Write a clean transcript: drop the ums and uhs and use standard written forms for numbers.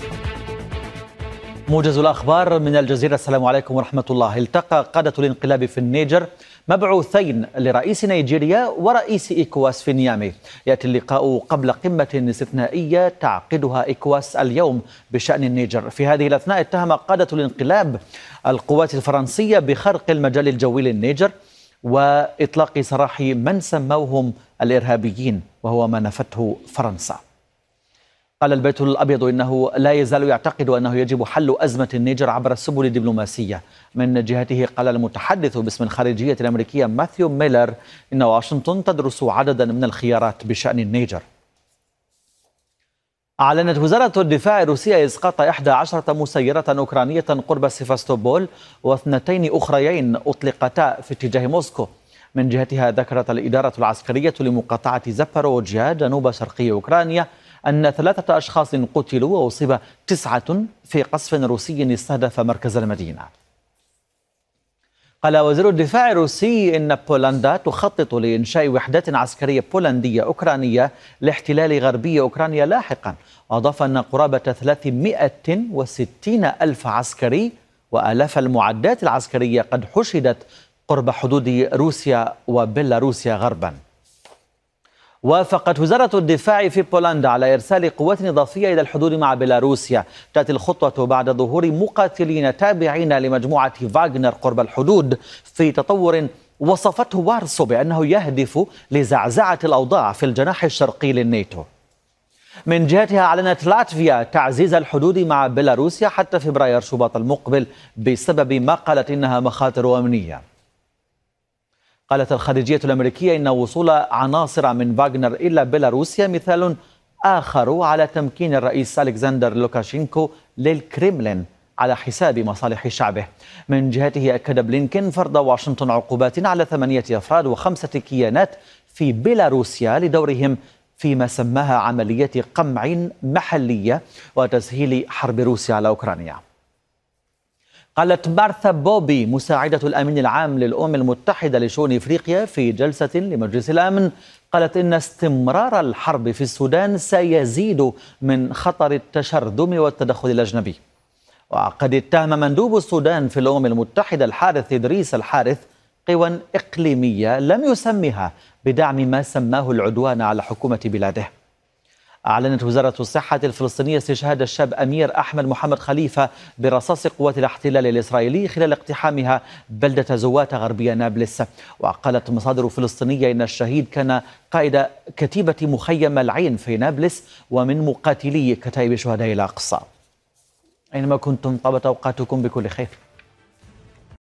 موجز الأخبار من الجزيرة. السلام عليكم ورحمة الله. التقى قادة الانقلاب في النيجر مبعوثين لرئيس نيجيريا ورئيس إيكواس في نيامي. يأتي اللقاء قبل قمة استثنائية تعقدها إيكواس اليوم بشأن النيجر. في هذه الأثناء اتهم قادة الانقلاب القوات الفرنسية بخرق المجال الجوي للنيجر وإطلاق سراح من سموهم الإرهابيين، وهو ما نفته فرنسا. قال البيت الأبيض إنه لا يزال يعتقد أنه يجب حل أزمة النيجر عبر السبل الدبلوماسية. من جهته قال المتحدث باسم الخارجية الأمريكية ماثيو ميلر إن واشنطن تدرس عددا من الخيارات بشأن النيجر. أعلنت وزارة الدفاع الروسية إسقاط 11 مسيرة أوكرانية قرب سيفاستوبول واثنتين أخريين أطلقتا في اتجاه موسكو. من جهتها ذكرت الإدارة العسكرية لمقاطعة زاباروجيا جنوب شرقي أوكرانيا أن 3 أشخاص قتلوا وأصيب 9 في قصف روسي استهدف مركز المدينة. قال وزير الدفاع الروسي إن بولندا تخطط لإنشاء وحدات عسكرية بولندية أوكرانية لاحتلال غربي أوكرانيا لاحقا. وأضاف أن قرابة 360 ألف عسكري وآلاف المعدات العسكرية قد حشدت قرب حدود روسيا وبيلاروسيا غربا. وافقت وزارة الدفاع في بولندا على إرسال قوات إضافية إلى الحدود مع بيلاروسيا. تأتي الخطوة بعد ظهور مقاتلين تابعين لمجموعة فاغنر قرب الحدود في تطور وصفته وارسو بأنه يهدف لزعزعة الأوضاع في الجناح الشرقي للناتو. من جهتها أعلنت لاتفيا تعزيز الحدود مع بيلاروسيا حتى فبراير شباط المقبل بسبب ما قالت إنها مخاطر أمنية. قالت الخارجية الأمريكية إن وصول عناصر من فاغنر إلى بيلاروسيا مثال آخر على تمكين الرئيس ألكسندر لوكاشينكو للكريملين على حساب مصالح شعبه. من جهته أكد بلينكين فرض واشنطن عقوبات على 8 أفراد و5 كيانات في بيلاروسيا لدورهم فيما سماها عملية قمع محلية وتسهيل حرب روسيا على أوكرانيا. قالت مارثا بوبي مساعدة الأمين العام للأمم المتحدة لشؤون إفريقيا في جلسة لمجلس الأمن، قالت إن استمرار الحرب في السودان سيزيد من خطر التشرذم والتدخل الأجنبي. وقد اتهم مندوب السودان في الأمم المتحدة الحارث إدريس الحارث قوى إقليمية لم يسمها بدعم ما سماه العدوان على حكومة بلاده. أعلنت وزارة الصحة الفلسطينية استشهاد الشاب أمير أحمد محمد خليفة برصاص قوات الاحتلال الإسرائيلي خلال اقتحامها بلدة زوات غربية نابلس. وقالت مصادر فلسطينية إن الشهيد كان قائد كتيبة مخيم العين في نابلس ومن مقاتلي كتائب شهداء الأقصى. أينما كنتم طابت أوقاتكم بكل خير.